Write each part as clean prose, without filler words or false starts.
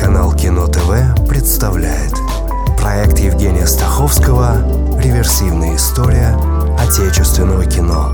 Телеканал Кино ТВ представляет проект Евгения Стаховского «Реверсивная история отечественного кино».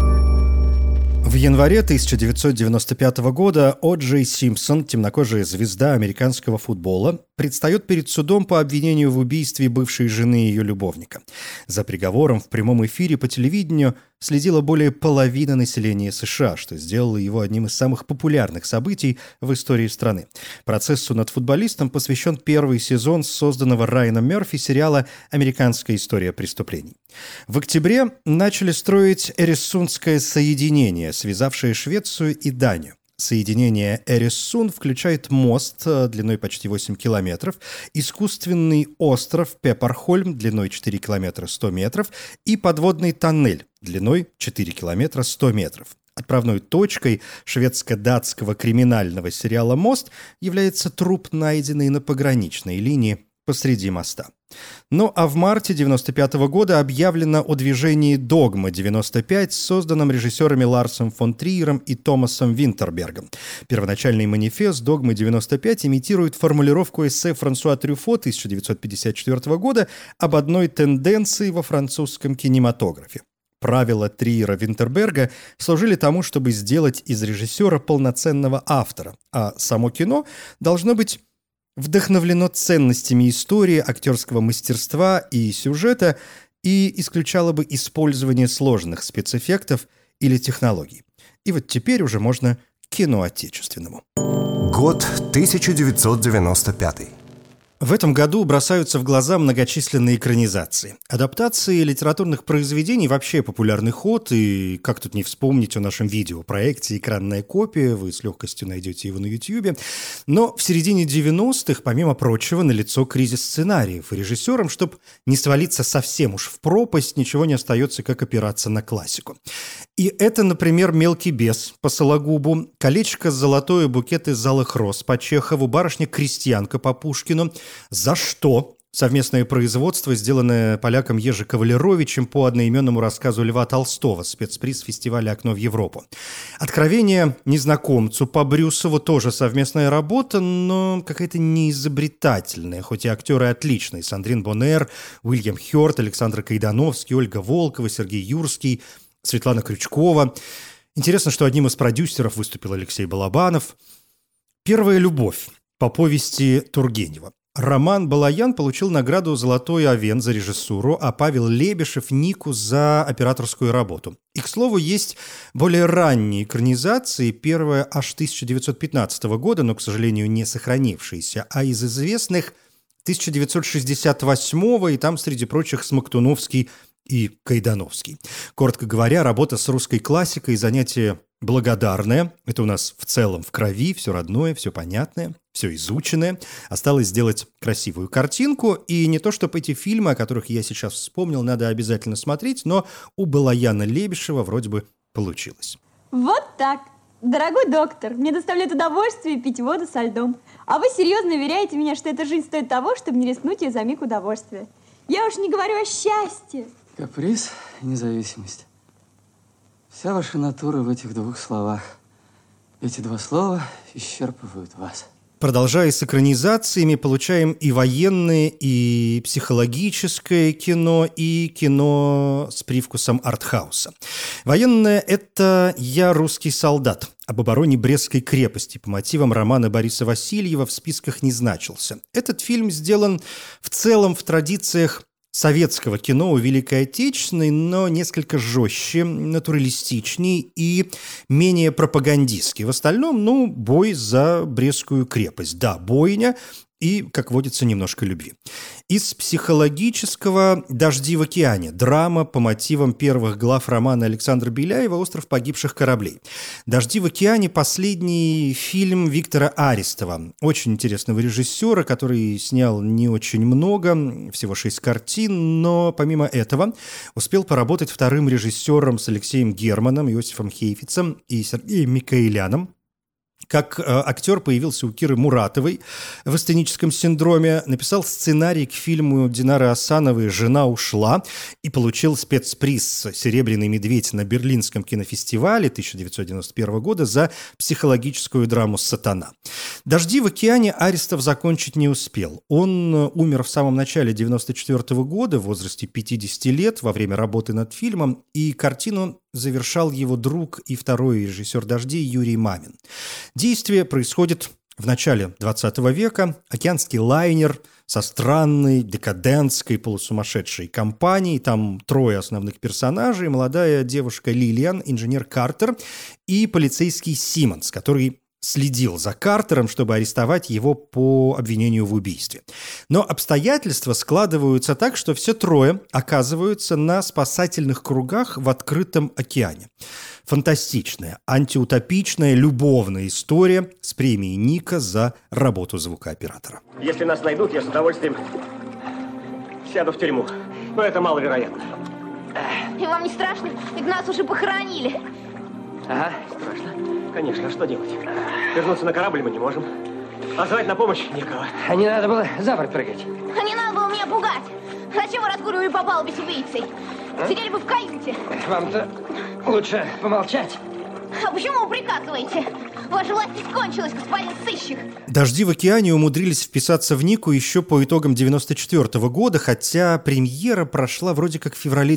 В январе 1995 года О. Джей Симпсон, темнокожая звезда американского футбола, предстает перед судом по обвинению в убийстве бывшей жены ее любовника. За приговором в прямом эфире по телевидению следило более половины населения США, что сделало его одним из самых популярных событий в истории страны. Процессу над футболистом посвящен первый сезон созданного Райаном Мерфи сериала «Американская история преступлений». В октябре начали строить Эресундское соединение, связавшее Швецию и Данию. Соединение Эресунд включает мост длиной почти 8 километров, искусственный остров Пепперхольм длиной 4 километра 100 метров и подводный тоннель длиной 4 километра 100 метров. Отправной точкой шведско-датского криминального сериала «Мост» является труп, найденный на пограничной линии посреди моста. Ну а в марте 1995 года объявлено о движении «Догма-95», созданном режиссерами Ларсом фон Триером и Томасом Винтербергом. Первоначальный манифест «Догмы-95» имитирует формулировку эссе Франсуа Трюфо 1954 года об одной тенденции во французском кинематографе. Правила Триера-Винтерберга служили тому, чтобы сделать из режиссера полноценного автора, а само кино должно быть вдохновлено ценностями истории, актерского мастерства и сюжета и исключало бы использование сложных спецэффектов или технологий. И вот теперь уже можно к кино отечественному. Год 1995. В этом году бросаются в глаза многочисленные экранизации. Адаптации литературных произведений вообще популярный ход, и как тут не вспомнить о нашем видеопроекте «Экранная копия», вы с легкостью найдете его на YouTube. Но в середине 90-х, помимо прочего, налицо кризис сценариев, и режиссерам, чтобы не свалиться совсем уж в пропасть, ничего не остается, как опираться на классику. И это, например, «Мелкий бес» по Сологубу, «Колечко золотое», «Букет из алых роз» по Чехову, «Барышня-крестьянка» по Пушкину, «За что?» Совместное производство, сделанное поляком Ежи Кавалеровичем по одноименному рассказу Льва Толстого, спецприз фестиваля «Окно в Европу». «Откровение незнакомцу» по Брюсову тоже совместная работа, но какая-то неизобретательная, хоть и актеры отличные. Сандрин Боннер, Уильям Хёрд, Александр Кайдановский, Ольга Волкова, Сергей Юрский, Светлана Крючкова. Интересно, что одним из продюсеров выступил Алексей Балабанов. «Первая любовь» по повести Тургенева. Роман Балаян получил награду «Золотой овен» за режиссуру, а Павел Лебешев – Нику за операторскую работу. И, к слову, есть более ранние экранизации, первая аж 1915 года, но, к сожалению, не сохранившиеся, а из известных 1968-го, и там, среди прочих, Смоктуновский и Кайдановский. Коротко говоря, работа с русской классикой – занятие благодарное. Это у нас в целом в крови, все родное, все понятное, все изученное. Осталось сделать красивую картинку. И не то, чтобы эти фильмы, о которых я сейчас вспомнил, надо обязательно смотреть, но у Балаяна Лебешева вроде бы получилось. Вот так. Дорогой доктор, мне доставляет удовольствие пить воду со льдом. А вы серьезно уверяете меня, что эта жизнь стоит того, чтобы не рискнуть ее за миг удовольствия? Я уж не говорю о счастье. Каприз, независимость. Вся ваша натура в этих двух словах. Эти два слова исчерпывают вас. Продолжая с экранизациями, получаем и военное, и психологическое кино, и кино с привкусом артхауса. Военное – это «Я русский солдат» об обороне Брестской крепости по мотивам романа Бориса Васильева в списках не значился. Этот фильм сделан в целом в традициях советского кино у Великой Отечественной, но несколько жестче, натуралистичней и менее пропагандистский. В остальном, бой за Брестскую крепость. Да, бойня и, как водится, немножко любви. Из психологического «Дожди в океане» драма по мотивам первых глав романа Александра Беляева «Остров погибших кораблей». «Дожди в океане» – последний фильм Виктора Аристова, очень интересного режиссера, который снял не очень много, всего 6 картин, но помимо этого успел поработать вторым режиссером с Алексеем Германом, Иосифом Хейфицем и Сергеем Микаэляном. Как актер появился у Киры Муратовой в «Астеническом синдроме», написал сценарий к фильму Динары Асановой «Жена ушла» и получил спецприз «Серебряный медведь» на Берлинском кинофестивале 1991 года за психологическую драму «Сатана». «Дожди в океане» Аристов закончить не успел. Он умер в самом начале 1994 года в возрасте 50 лет во время работы над фильмом, и картину завершал его друг и второй режиссер «Дождей» Юрий Мамин. Действие происходит в начале 20 века. Океанский лайнер со странной, декадентской, полусумасшедшей компанией. Там трое основных персонажей. Молодая девушка Лилиан, инженер Картер и полицейский Симмонс, который следил за Картером, чтобы арестовать его по обвинению в убийстве. Но обстоятельства складываются так, что все трое оказываются на спасательных кругах в открытом океане. Фантастичная, антиутопичная, любовная история с премией Ника за работу звукооператора. Если нас найдут, я с удовольствием сяду в тюрьму. Но это маловероятно. И вам не страшно? Ведь нас уже похоронили. Ага, страшно. Конечно, а что делать? Вернуться на корабль мы не можем. А звать на помощь некого. А не надо было за борт прыгать. А не надо было меня пугать. Зачем вы разгуливали по палубе с убийцей? Сидели бы в каюте. Вам-то лучше помолчать. А почему вы приказываете? Ваша власть кончилась, господин сыщик. «Дожди в океане» умудрились вписаться в Нику еще по итогам 94 года, хотя премьера прошла вроде как в феврале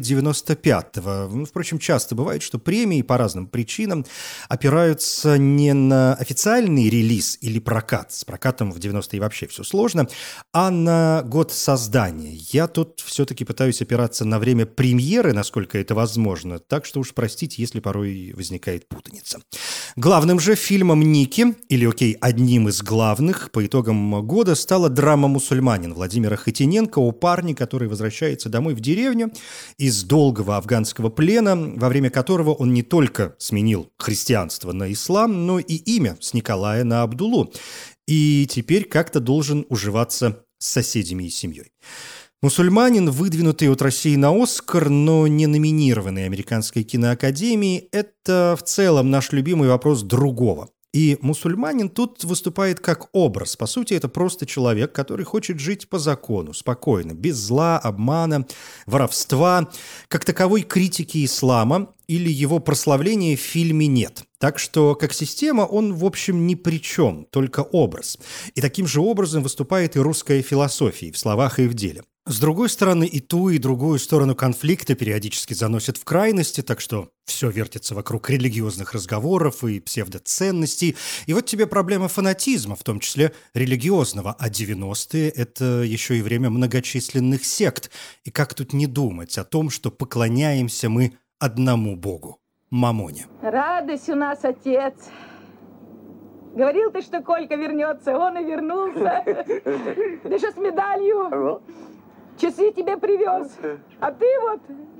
95-го. Впрочем, часто бывает, что премии по разным причинам опираются не на официальный релиз или прокат. С прокатом в 90-е вообще все сложно, а на год создания. Я тут все-таки пытаюсь опираться на время премьеры, насколько это возможно, так что уж простите, если порой возникает путаница. Главным же фильмом Ники, или, одним из главных, по итогам года стала драма «Мусульманин» Владимира Хотиненко о парне, который возвращается домой в деревню из долгого афганского плена, во время которого он не только сменил христианство на ислам, но и имя с Николая на Абдуллу, и теперь как-то должен уживаться с соседями и семьей. «Мусульманин», выдвинутый от России на «Оскар», но не номинированный Американской киноакадемией, это в целом наш любимый вопрос другого. И «Мусульманин» тут выступает как образ. По сути, это просто человек, который хочет жить по закону, спокойно, без зла, обмана, воровства. Как таковой критики ислама или его прославления в фильме нет. Так что, как система, он, в общем, ни при чем, только образ. И таким же образом выступает и русская философия в словах и в деле. С другой стороны, и ту, и другую сторону конфликта периодически заносят в крайности, так что все вертится вокруг религиозных разговоров и псевдоценностей. И вот тебе проблема фанатизма, в том числе религиозного. А 90-е – это еще и время многочисленных сект. И как тут не думать о том, что поклоняемся мы одному Богу – Мамоне. Радость у нас, отец. Говорил ты, что Колька вернется, он и вернулся. Да еще с медалью. Часы тебе привез. А ты вот...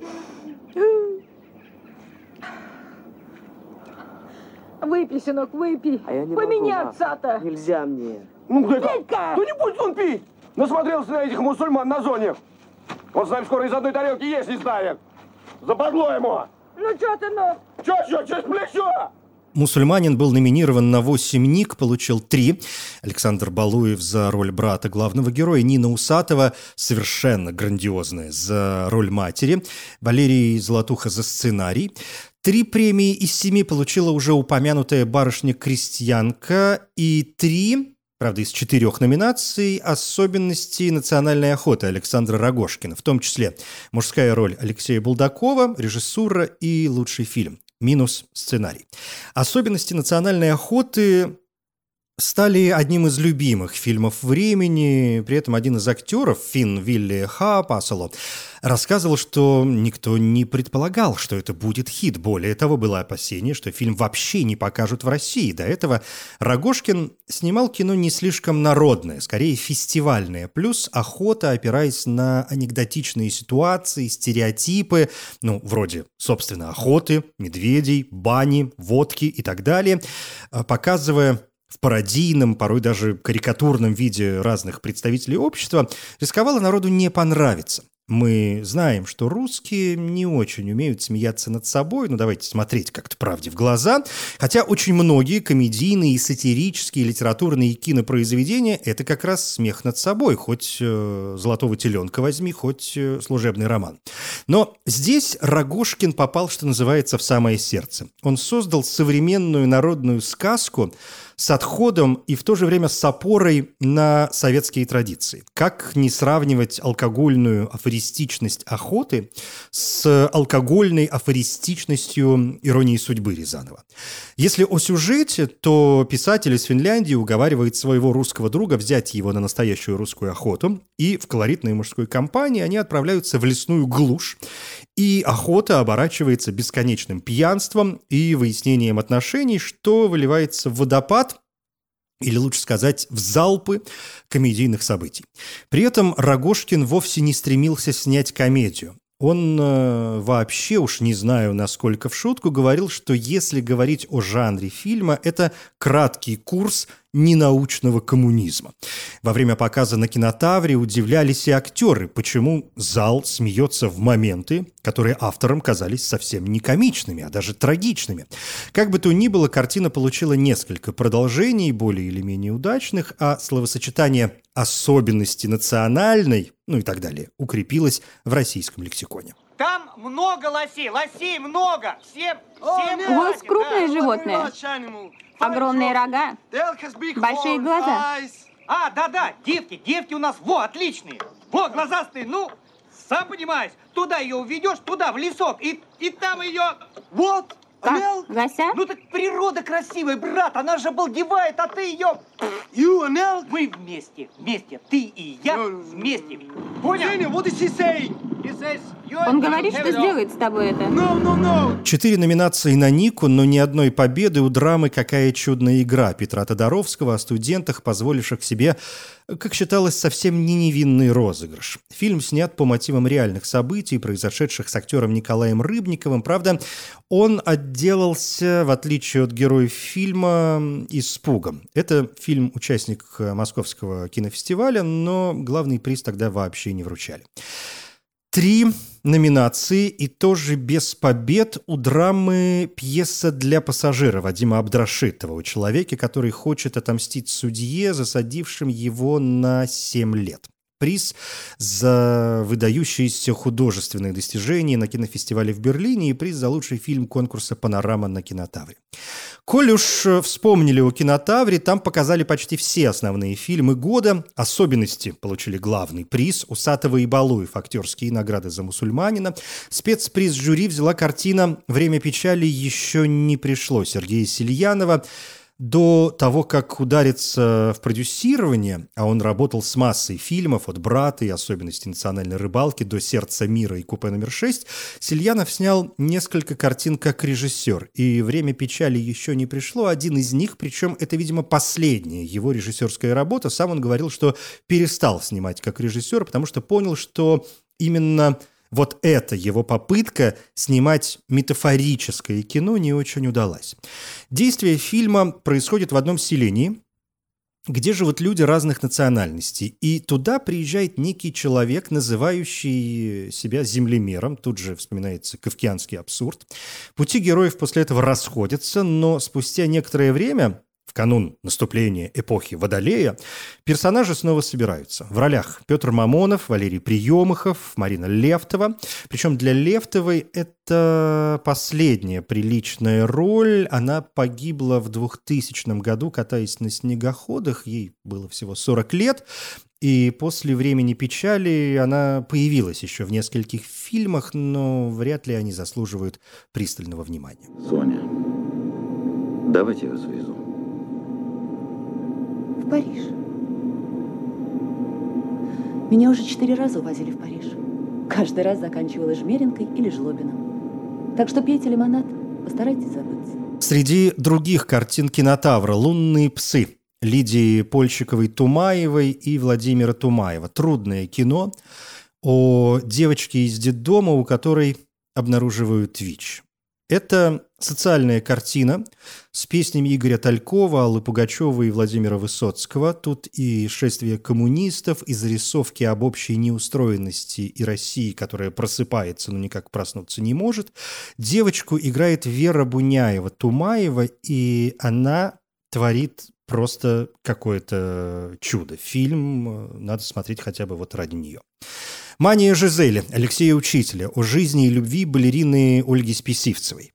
Выпей, сынок, выпей. А я не Помяни могу, отца-то. Нельзя мне. Ну, это... Петька! Да не будет он пить! Насмотрелся на этих мусульман на зоне. Он с нами скоро из одной тарелки есть не станет. Западло ему. Ну, что ты, ну? Чё, через плечо? «Мусульманин» был номинирован на 8 ник, получил 3. Александр Балуев за роль брата главного героя, Нина Усатова, совершенно грандиозная, за роль матери, Валерий Золотуха за сценарий. 3 премии из 7 получила уже упомянутая барышня-крестьянка, и 3, правда, из 4 номинаций, особенности национальной охоты Александра Рогожкина, в том числе мужская роль Алексея Булдакова, режиссура и лучший фильм. Минус сценарий. Особенности национальной охоты стали одним из любимых фильмов времени. При этом один из актеров, финн Вилли Хаапасало, рассказывал, что никто не предполагал, что это будет хит. Более того, было опасение, что фильм вообще не покажут в России. До этого Рогожкин снимал кино не слишком народное, скорее фестивальное. Плюс охота, опираясь на анекдотичные ситуации, стереотипы, вроде, собственно, охоты, медведей, бани, водки и так далее, показывая в пародийном, порой даже карикатурном виде разных представителей общества, рисковало народу не понравиться. Мы знаем, что русские не очень умеют смеяться над собой, ну давайте смотреть как-то правде в глаза, хотя очень многие комедийные, сатирические, литературные кинопроизведения – это как раз смех над собой, хоть «Золотого теленка» возьми, хоть служебный роман. Но здесь Рогожкин попал, что называется, в самое сердце. Он создал современную народную сказку с отходом и в то же время с опорой на советские традиции. Как не сравнивать алкогольную афористичность охоты с алкогольной афористичностью иронии судьбы Рязанова? Если о сюжете, то писатель из Финляндии уговаривает своего русского друга взять его на настоящую русскую охоту, и в колоритной мужской компании они отправляются в лесную глушь, и охота оборачивается бесконечным пьянством и выяснением отношений, что выливается в водопад, или лучше сказать, в залпы комедийных событий. При этом Рогожкин вовсе не стремился снять комедию. Он вообще, уж не знаю, насколько в шутку, говорил, что если говорить о жанре фильма, это краткий курс ненаучного коммунизма. Во время показа на Кинотавре удивлялись и актеры, почему зал смеется в моменты, которые авторам казались совсем не комичными, а даже трагичными. Как бы то ни было, картина получила несколько продолжений, более или менее удачных, а словосочетание «особенности национальной», ну и так далее, укрепилось в российском лексиконе. Там много лосей, лосей много. Всем У вас крупное животное? Огромные рога, большие глаза. Да, девки у нас, отличные. Глазастые, сам понимаешь, туда ее уведешь, туда, в лесок, и там ее, Как, лося? Так природа красивая, брат, она же обалдевает, а ты ее... Мы вместе, ты и я вместе. Понял? Он говорит, что сделает с тобой это. 4 номинации на Нику, но ни одной победы у драмы «Какая чудная игра» Петра Тодоровского о студентах, позволивших себе, как считалось, совсем не невинный розыгрыш. Фильм снят по мотивам реальных событий, произошедших с актером Николаем Рыбниковым. Правда, он отделался, в отличие от героев фильма, испугом. Это фильм-участник Московского кинофестиваля, но главный приз тогда вообще не вручали. 3 номинации и тоже без побед у драмы «Пьеса для пассажира» Вадима Абдрашитова о человеке, который хочет отомстить судье, засадившим его на 7 лет. Приз за выдающиеся художественные достижения на кинофестивале в Берлине и приз за лучший фильм конкурса «Панорама» на Кинотавре. Коль уж вспомнили о Кинотавре, там показали почти все основные фильмы года. Особенности получили главный приз. Усатова и Балуев актерские награды за «Мусульманина». Спецприз жюри взяла картина «Время печали еще не пришло» Сергея Сельянова. До того, как удариться в продюсирование, а он работал с массой фильмов, от «Брата» и «Особенности национальной рыбалки» до «Сердца мира» и «Купе номер 6», Сельянов снял несколько картин как режиссер. И «Время печали еще не пришло» один из них, причем это, видимо, последняя его режиссерская работа. Сам он говорил, что перестал снимать как режиссер, потому что понял, что именно вот эта его попытка снимать метафорическое кино не очень удалась. Действие фильма происходит в одном селении, где живут люди разных национальностей. И туда приезжает некий человек, называющий себя землемером. Тут же вспоминается кафкианский абсурд. Пути героев после этого расходятся, но спустя некоторое время, в канун наступления эпохи Водолея, персонажи снова собираются. В ролях Петр Мамонов, Валерий Приемыхов, Марина Левтова. Причем для Левтовой это последняя приличная роль. Она погибла в 2000 году, катаясь на снегоходах. Ей было всего 40 лет. И после «Времени печали» она появилась еще в нескольких фильмах, но вряд ли они заслуживают пристального внимания. Соня, давайте я вас везу. В Париж. Меня уже 4 раза увозили в Париж. Каждый раз заканчивалась Жмеринкой или Жлобиным. Так что пейте лимонад, постарайтесь забыться. Среди других картин Кинотавра «Лунные псы» Лидии Польщиковой-Тумаевой и Владимира Тумаева. Трудное кино о девочке из детдома, у которой обнаруживают ВИЧ. Это социальная картина с песнями Игоря Талькова, Аллы Пугачевой и Владимира Высоцкого. Тут и шествие коммунистов, и зарисовки об общей неустроенности и России, которая просыпается, но никак проснуться не может. Девочку играет Вера Буняева-Тумаева, и она творит просто какое-то чудо. Фильм надо смотреть хотя бы вот ради нее. «Мания Жизели» Алексея Учителя о жизни и любви балерины Ольги Списивцевой.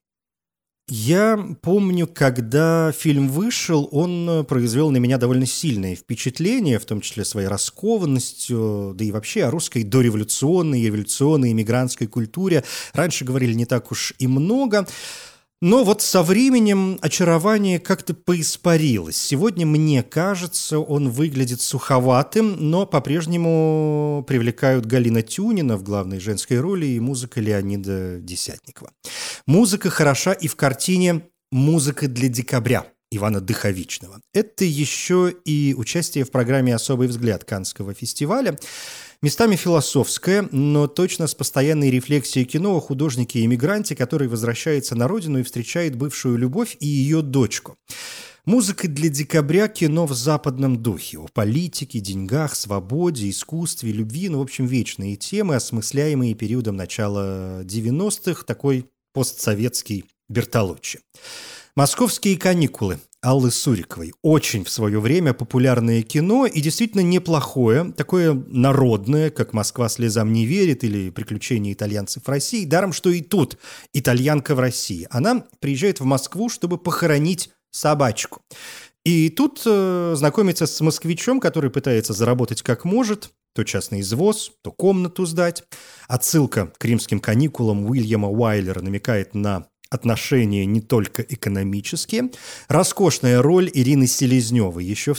Я помню, когда фильм вышел, он произвел на меня довольно сильное впечатление, в том числе своей раскованностью, да и вообще о русской дореволюционной, революционной, эмигрантской культуре. Раньше говорили не так уж и много. Но вот со временем очарование как-то поиспарилось. Сегодня, мне кажется, он выглядит суховатым, но по-прежнему привлекают Галина Тюнина в главной женской роли и музыка Леонида Десятникова. Музыка хороша и в картине «Музыка для декабря» Ивана Дыховичного. Это еще и участие в программе «Особый взгляд» Каннского фестиваля. Местами философское, но точно с постоянной рефлексией кино о художнике-эмигранте, который возвращается на родину и встречает бывшую любовь и ее дочку. Музыка для декабря – кино в западном духе. О политике, деньгах, свободе, искусстве, любви. В общем, вечные темы, осмысляемые периодом начала 90-х, такой постсоветский Бертолуччи. «Московские каникулы» Аллы Суриковой. Очень в свое время популярное кино и действительно неплохое, такое народное, как «Москва слезам не верит» или «Приключения итальянцев в России». Даром, что и тут итальянка в России. Она приезжает в Москву, чтобы похоронить собачку. И тут знакомится с москвичом, который пытается заработать как может, то частный извоз, то комнату сдать. Отсылка к «Римским каникулам» Уильяма Уайлера намекает на отношения не только экономические. Роскошная роль Ирины Селезневой. Еще в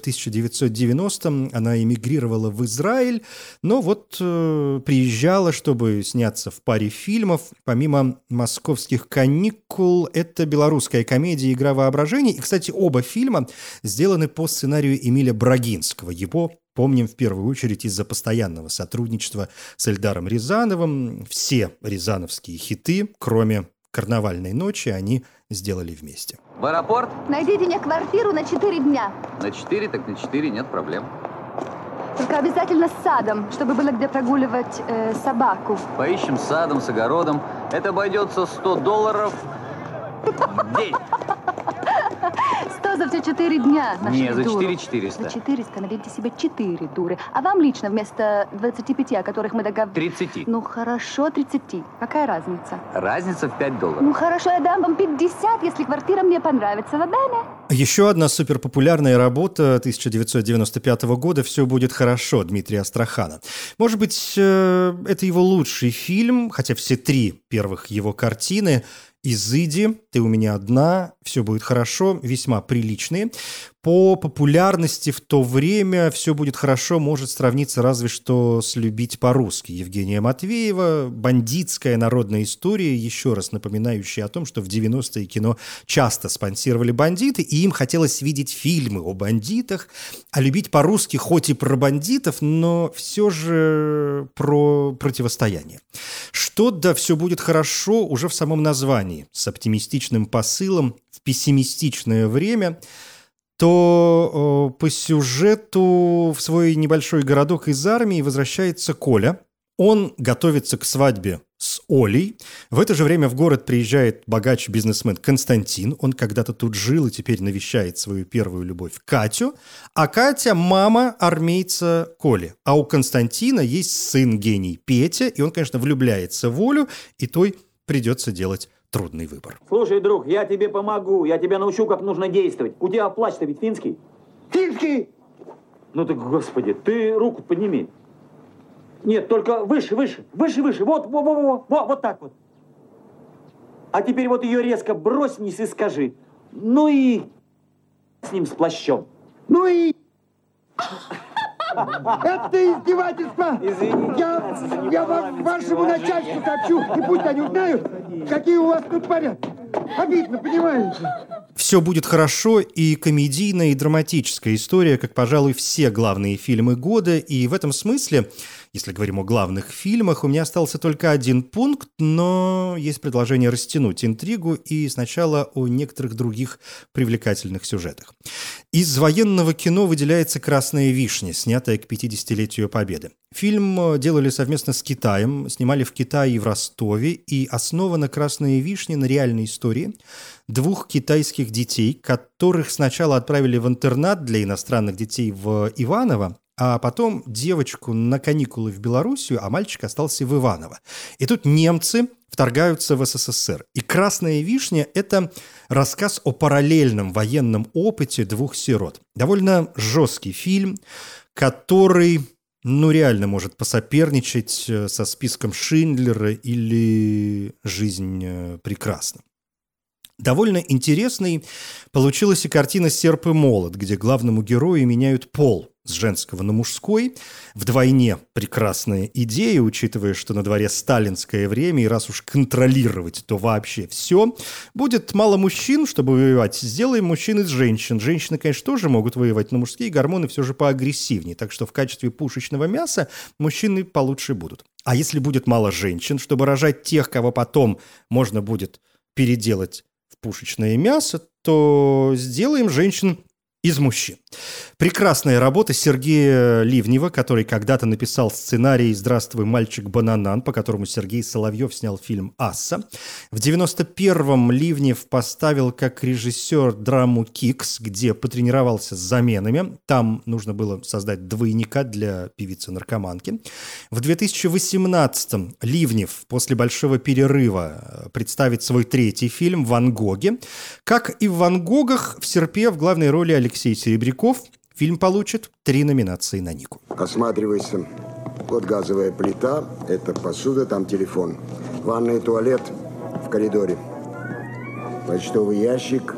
1990-м она эмигрировала в Израиль, но вот приезжала, чтобы сняться в паре фильмов. Помимо «Московских каникул», это белорусская комедия «Игра воображения». И, кстати, оба фильма сделаны по сценарию Эмиля Брагинского. Его помним в первую очередь из-за постоянного сотрудничества с Эльдаром Рязановым. Все рязановские хиты, кроме «Карнавальной ночи», они сделали вместе. В аэропорт? Найдите мне квартиру на 4 дня. На 4, так на 4, нет проблем. Только обязательно с садом, чтобы было где прогуливать собаку. Поищем с садом, с огородом. Это обойдется $100 в день. 100 за все 4 дня. Не, за 4 400. За 400 наберите себе 4 дуры. А вам лично вместо 25, о которых мы договорились... 30. Ну хорошо, 30. Какая разница? Разница в $5. Ну хорошо, я дам вам 50, если квартира мне понравится. Вабене. Еще одна суперпопулярная работа 1995 года «Все будет хорошо» Дмитрия Астрахана. Может быть, это его лучший фильм, хотя все 3 первых его картины «Изыди», «Ты у меня одна», «Все будет хорошо» весьма приличные. По популярности в то время «Все будет хорошо» может сравниться разве что с «Любить по-русски» Евгения Матвеева. Бандитская народная история, еще раз напоминающая о том, что в 90-е кино часто спонсировали бандиты, и им хотелось видеть фильмы о бандитах. А «Любить по-русски» хоть и про бандитов, но все же про противостояние. Что да «Все будет хорошо» уже в самом названии, с оптимистичным посылом в пессимистичное время, то по сюжету в свой небольшой городок из армии возвращается Коля. Он готовится к свадьбе с Олей. В это же время в город приезжает богач-бизнесмен Константин. Он когда-то тут жил и теперь навещает свою первую любовь Катю. А Катя – мама армейца Коли. А у Константина есть сын-гений Петя, и он, конечно, влюбляется в Олю, и той придется делать трудный выбор. Слушай, друг, я тебе помогу. Я тебя научу, как нужно действовать. У тебя плащ-то ведь финский? Финский! Ну так, господи, ты руку подними. Нет, только выше, выше, выше, выше. Вот так вот. А теперь вот ее резко брось вниз и скажи. Ну и с ним, с плащом. Ну и... Это издевательство! Извините. Я вашему начальству сообщу, и пусть они узнают, какие у вас тут порядки. Обидно, понимаете? «Все будет хорошо» и комедийная, и драматическая история, как, пожалуй, все главные фильмы года. И в этом смысле, если говорим о главных фильмах, у меня остался только один пункт, но есть предложение растянуть интригу и сначала о некоторых других привлекательных сюжетах. Из военного кино выделяется «Красная вишня», снятая к 50-летию Победы. Фильм делали совместно с Китаем, снимали в Китае и в Ростове, и основана «Красная вишня» на реальной истории двух китайских детей, которых сначала отправили в интернат для иностранных детей в Иваново, а потом девочку на каникулы в Белоруссию, а мальчик остался в Иваново. И тут немцы вторгаются в СССР. И «Красная вишня» — это рассказ о параллельном военном опыте двух сирот. Довольно жесткий фильм, который, реально может посоперничать со списком Шиндлера или «Жизнь прекрасна». Довольно интересной получилась и картина «Серп и молот», где главному герою меняют пол с женского на мужской. Вдвойне прекрасная идея, учитывая, что на дворе сталинское время, и раз уж контролировать, то вообще все. Будет мало мужчин, чтобы воевать, сделаем мужчин из женщин. Женщины, конечно, тоже могут воевать, но мужские гормоны все же поагрессивнее. Так что в качестве пушечного мяса мужчины получше будут. А если будет мало женщин, чтобы рожать тех, кого потом можно будет переделать в пушечное мясо, то сделаем женщин из мужчин. Прекрасная работа Сергея Ливнева, который когда-то написал сценарий «Здравствуй, мальчик Бананан», по которому Сергей Соловьев снял фильм «Асса». В 91-м Ливнев поставил как режиссер драму «Кикс», где потренировался с заменами. Там нужно было создать двойника для певицы-наркоманки. В 2018-м Ливнев после большого перерыва представит свой третий фильм «Ван Гоги». Как и в «Ван Гогах», в «Серпе» в главной роли Алексей Серебряков. Фильм получит 3 номинации на Нику. Осматривайся. Вот газовая плита, это посуда, там телефон. Ванная и туалет в коридоре. Почтовый ящик.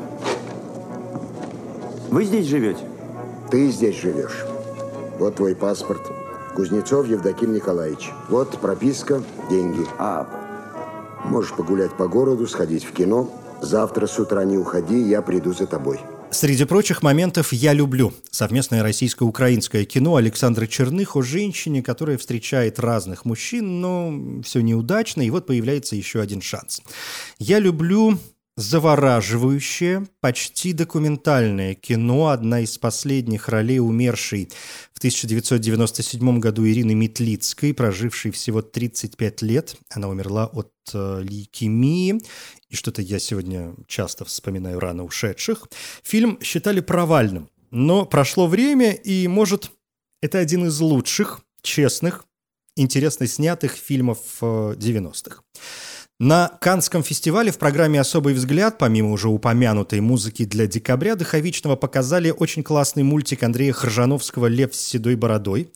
Вы здесь живете? Ты здесь живешь. Вот твой паспорт. Кузнецов Евдоким Николаевич. Вот прописка, деньги. Можешь погулять по городу, сходить в кино. Завтра с утра не уходи, я приду за тобой. Среди прочих моментов «Я люблю» — совместное российско-украинское кино Александра Черных о женщине, которая встречает разных мужчин, но все неудачно, и вот появляется еще один шанс. «Я люблю» — завораживающее, почти документальное кино, одна из последних ролей умершей в 1997 году Ирины Метлицкой, прожившей всего 35 лет. Она умерла от лейкемии. И что-то я сегодня часто вспоминаю рано ушедших. Фильм считали провальным, но прошло время, и, может, это один из лучших, честных, интересно снятых фильмов 90-х. На Каннском фестивале в программе «Особый взгляд», помимо уже упомянутой музыки для декабря Духовичного, показали очень классный мультик Андрея Хржановского «Лев с седой бородой»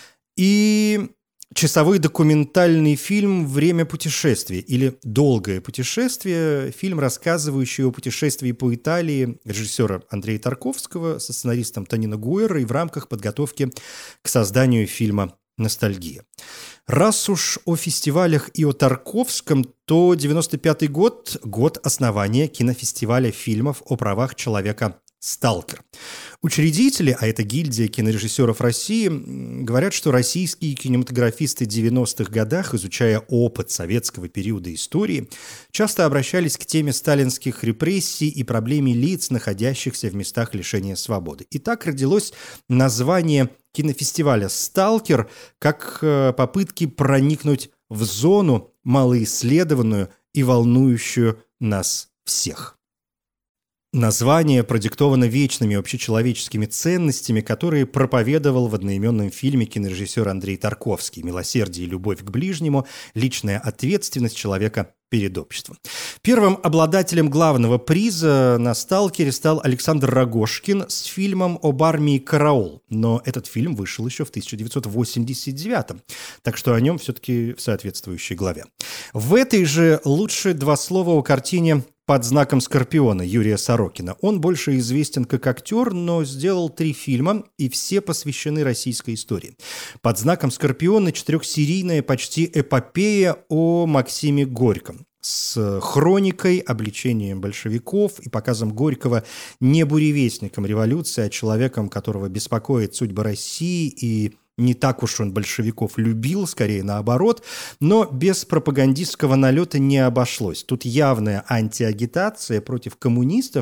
и часовой документальный фильм «Время путешествия» или «Долгое путешествие», фильм, рассказывающий о путешествии по Италии режиссера Андрея Тарковского со сценаристом Тонино Гуэрро и в рамках подготовки к созданию фильма «Ностальгия». Раз уж о фестивалях и о Тарковском, то 95-й год – год основания кинофестиваля фильмов о правах человека «Сталкер». Учредители, а это гильдия кинорежиссеров России, говорят, что российские кинематографисты 90-х годах, изучая опыт советского периода истории, часто обращались к теме сталинских репрессий и проблеме лиц, находящихся в местах лишения свободы. И так родилось название кинофестиваля «Сталкер» как попытки проникнуть в зону, малоисследованную и волнующую нас всех. Название продиктовано вечными общечеловеческими ценностями, которые проповедовал в одноименном фильме кинорежиссер Андрей Тарковский: «Милосердие и любовь к ближнему, личная ответственность человека перед обществом». Первым обладателем главного приза на «Сталкере» стал Александр Рогожкин с фильмом об армии «Караул». Но этот фильм вышел еще в 1989-м, так что о нем все-таки в соответствующей главе. В этой же лучше 2 слова о картине «Под знаком Скорпиона» Юрия Сорокина. Он больше известен как актер, но сделал 3 фильма, и все посвящены российской истории. «Под знаком Скорпиона» 4-серийная почти эпопея о Максиме Горьком. с хроникой, обличением большевиков и показом Горького не буревестником революции, а человеком, которого беспокоит судьба России, и не так уж он большевиков любил, скорее наоборот, но без пропагандистского налета не обошлось. Тут явная антиагитация против коммунистов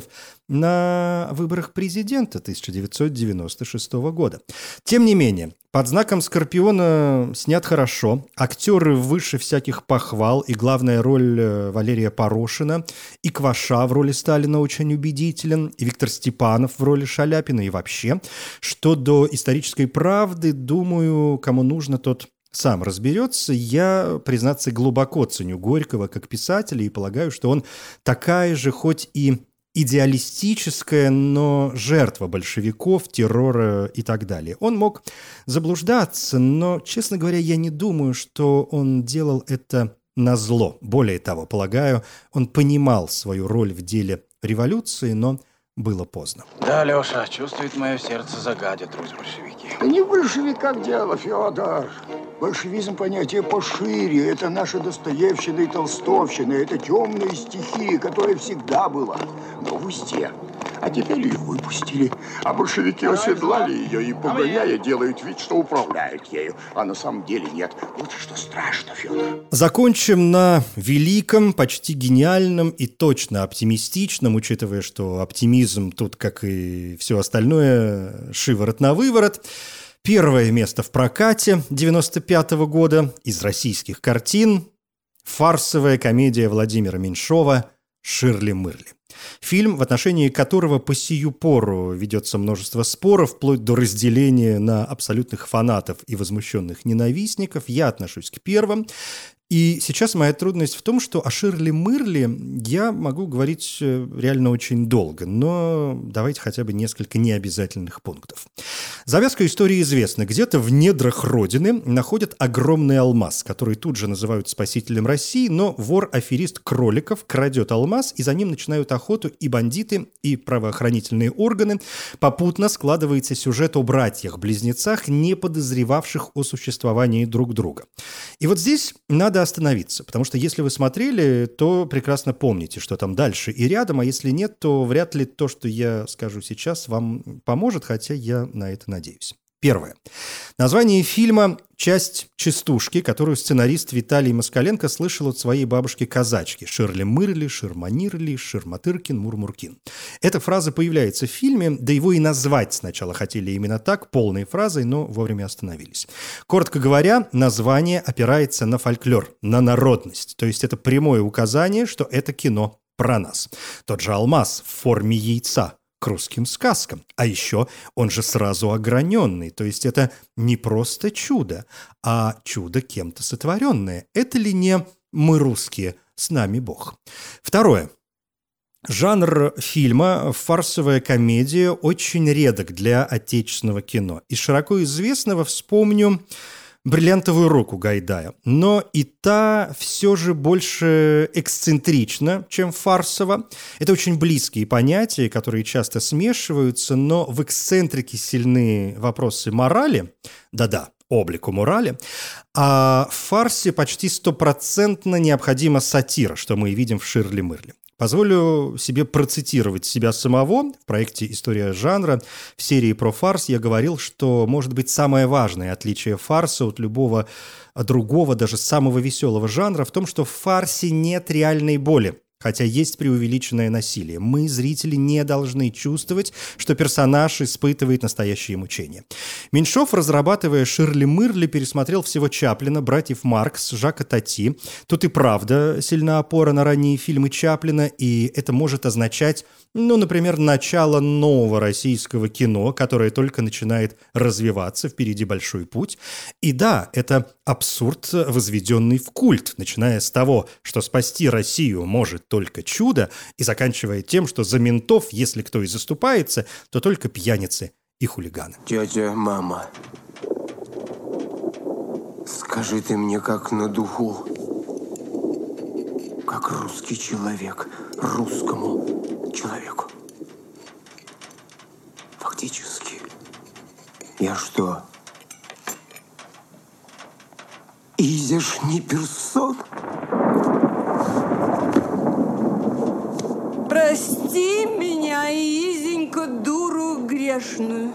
на выборах президента 1996 года. Тем не менее, «Под знаком Скорпиона» снят хорошо, актеры выше всяких похвал, и главная роль Валерия Порошина, и Кваша в роли Сталина очень убедителен, и Виктор Степанов в роли Шаляпина, и вообще. Что до исторической правды, думаю, кому нужно, тот сам разберется. Я, признаться, глубоко ценю Горького как писателя и полагаю, что он такая же, хоть и идеалистическая, но жертва большевиков, террора и так далее. Он мог заблуждаться, но, честно говоря, я не думаю, что он делал это назло. Более того, полагаю, он понимал свою роль в деле революции, но было поздно. Да, Леша, чувствует мое сердце, загадят Русь большевики. Да не в большевиках дело, Федор. Большевизм понятие пошире. Это наша Достоевщина и Толстовщина. Это темные стихи, которая всегда была. Но в узде. А теперь ее выпустили. А большевики оседлали ее и, погоняя, делают вид, что управляют ею. А на самом деле нет. Вот что страшно, Федор. Закончим на великом, почти гениальном и точно оптимистичном, учитывая, что оптимизм тут, как и все остальное, шиворот на выворот. Первое место в прокате 1995 года из российских картин – фарсовая комедия Владимира Меньшова «Ширли-мырли». Фильм, в отношении которого по сию пору ведется множество споров, вплоть до разделения на абсолютных фанатов и возмущенных ненавистников. Я отношусь к первым. И сейчас моя трудность в том, что о Ширли-мырли я могу говорить реально очень долго, но давайте хотя бы несколько необязательных пунктов. Завязка истории известна. Где-то в недрах Родины находят огромный алмаз, который тут же называют спасителем России, но вор-аферист Кроликов крадет алмаз, и за ним начинают охоту и бандиты, и правоохранительные органы. Попутно складывается сюжет о братьях-близнецах, не подозревавших о существовании друг друга. И вот здесь надо остановиться, потому что если вы смотрели, то прекрасно помните, что там дальше и рядом, а если нет, то вряд ли то, что я скажу сейчас, вам поможет, хотя я на это надеюсь. Первое. Название фильма – часть частушки, которую сценарист Виталий Москаленко слышал от своей бабушки-казачки. Ширли-мырли, Ширманирли, Ширматыркин, Мурмуркин. Эта фраза появляется в фильме, да его и назвать сначала хотели именно так, полной фразой, но вовремя остановились. Коротко говоря, название опирается на фольклор, на народность. То есть это прямое указание, что это кино про нас. Тот же алмаз в форме яйца к русским сказкам. А еще он же сразу ограненный, то есть это не просто чудо, а чудо кем-то сотворенное. Это ли не «мы русские, с нами Бог»? Второе. Жанр фильма «фарсовая комедия» очень редок для отечественного кино. Из широко известного вспомню «Бриллиантовую руку» Гайдая. Но и та все же больше эксцентрична, чем фарсово. Это очень близкие понятия, которые часто смешиваются, но в эксцентрике сильны вопросы морали. Да-да, облику морали. А в фарсе почти 100% необходима сатира, что мы и видим в «Ширли-мырли». Позволю себе процитировать себя самого. В проекте «История жанра» в серии про фарс я говорил, что, может быть, самое важное отличие фарса от любого другого, даже самого веселого жанра в том, что в фарсе нет реальной боли. Хотя есть преувеличенное насилие. Мы, зрители, не должны чувствовать, что персонаж испытывает настоящие мучения. Меньшов, разрабатывая «Ширли-мырли», пересмотрел всего Чаплина, братьев Маркс, Жака Тати. Тут и правда сильна опора на ранние фильмы Чаплина, и это может означать, например, начало нового российского кино, которое только начинает развиваться, впереди большой путь. И да, это абсурд, возведенный в культ, начиная с того, что спасти Россию может только чудо, и заканчивая тем, что за ментов, если кто и заступается, то только пьяницы и хулиганы. Тетя, мама, скажи ты мне как на духу, как русский человек русскому человеку. Фактически, я что, изяшний персон? Прости меня, Изенька, дуру грешную.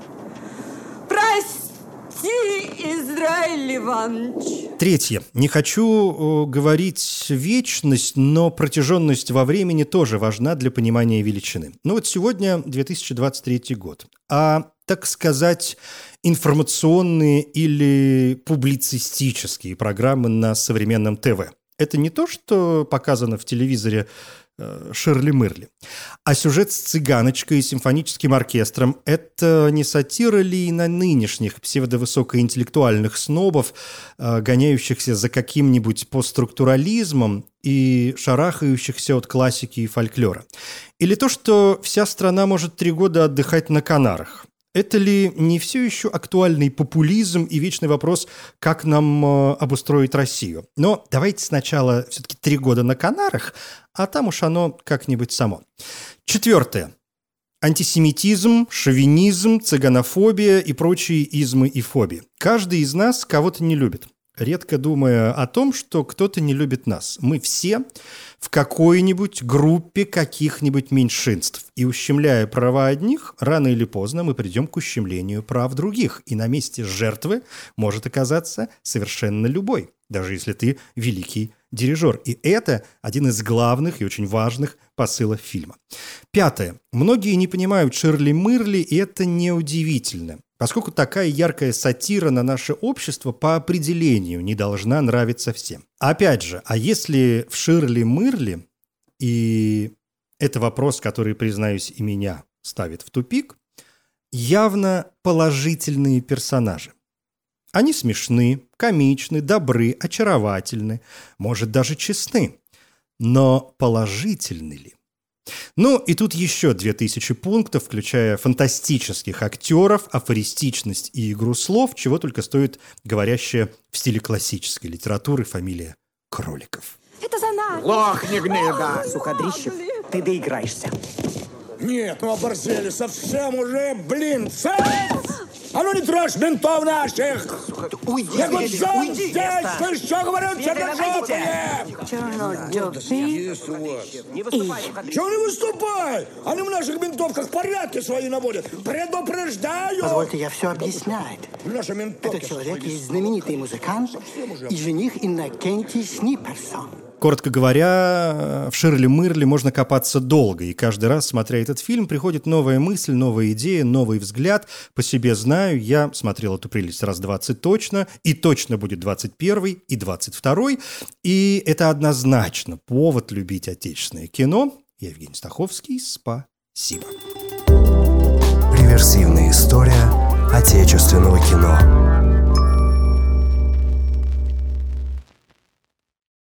Прости, Израиль Иванович. Третье. Не хочу говорить вечность, но протяженность во времени тоже важна для понимания величины. Ну вот сегодня 2023 год. А, так сказать, информационные или публицистические программы на современном ТВ. Это не то, что показано в телевизоре Ширли-Мырли. А сюжет с цыганочкой и симфоническим оркестром – это не сатира ли на нынешних псевдовысокоинтеллектуальных снобов, гоняющихся за каким-нибудь постструктурализмом и шарахающихся от классики и фольклора? Или то, что вся страна может 3 года отдыхать на Канарах? Это ли не все еще актуальный популизм и вечный вопрос, как нам обустроить Россию? Но давайте сначала все-таки 3 года на Канарах, а там уж оно как-нибудь само. 4. Антисемитизм, шовинизм, цыганофобия и прочие измы и фобии. Каждый из нас кого-то не любит, редко думая о том, что кто-то не любит нас. Мы все в какой-нибудь группе каких-нибудь меньшинств. И ущемляя права одних, рано или поздно мы придем к ущемлению прав других. И на месте жертвы может оказаться совершенно любой, даже если ты великий дирижер. И это один из главных и очень важных посылов фильма. 5. Многие не понимают Ширли-Мырли, и это неудивительно, поскольку такая яркая сатира на наше общество по определению не должна нравиться всем. Опять же, а если в Ширли-Мырли, и это вопрос, который, признаюсь, и меня ставит в тупик, явно положительные персонажи. Они смешны, комичны, добры, очаровательны, может, даже честны. Но положительны ли? Ну, и тут еще 2000 пунктов, включая фантастических актеров, афористичность и игру слов, чего только стоит говорящая в стиле классической литературы фамилия Кроликов. Это за нами. Лохни, гнида! Суходрищев, ты доиграешься. Нет, ну оборзели совсем уже, блин, А ну не трожь ментов наших! Уйди, я говорю, сам уйди, здесь, ты что говорю, черножопые? Чего не выступай? Они в наших ментовках порядки свои наводят. Предупреждаю! Позвольте, я все объясняю. Этот человек есть знаменитый музыкант и жених Иннокентий Сниперсон. Коротко говоря, в Ширли-Мырли можно копаться долго, и каждый раз, смотря этот фильм, приходит новая мысль, новая идея, новый взгляд. По себе знаю, я смотрел эту прелесть раз 20 точно, и точно будет 21 и 22. И это однозначно повод любить отечественное кино. Я Евгений Стаховский. Спасибо. Реверсивная история отечественного кино.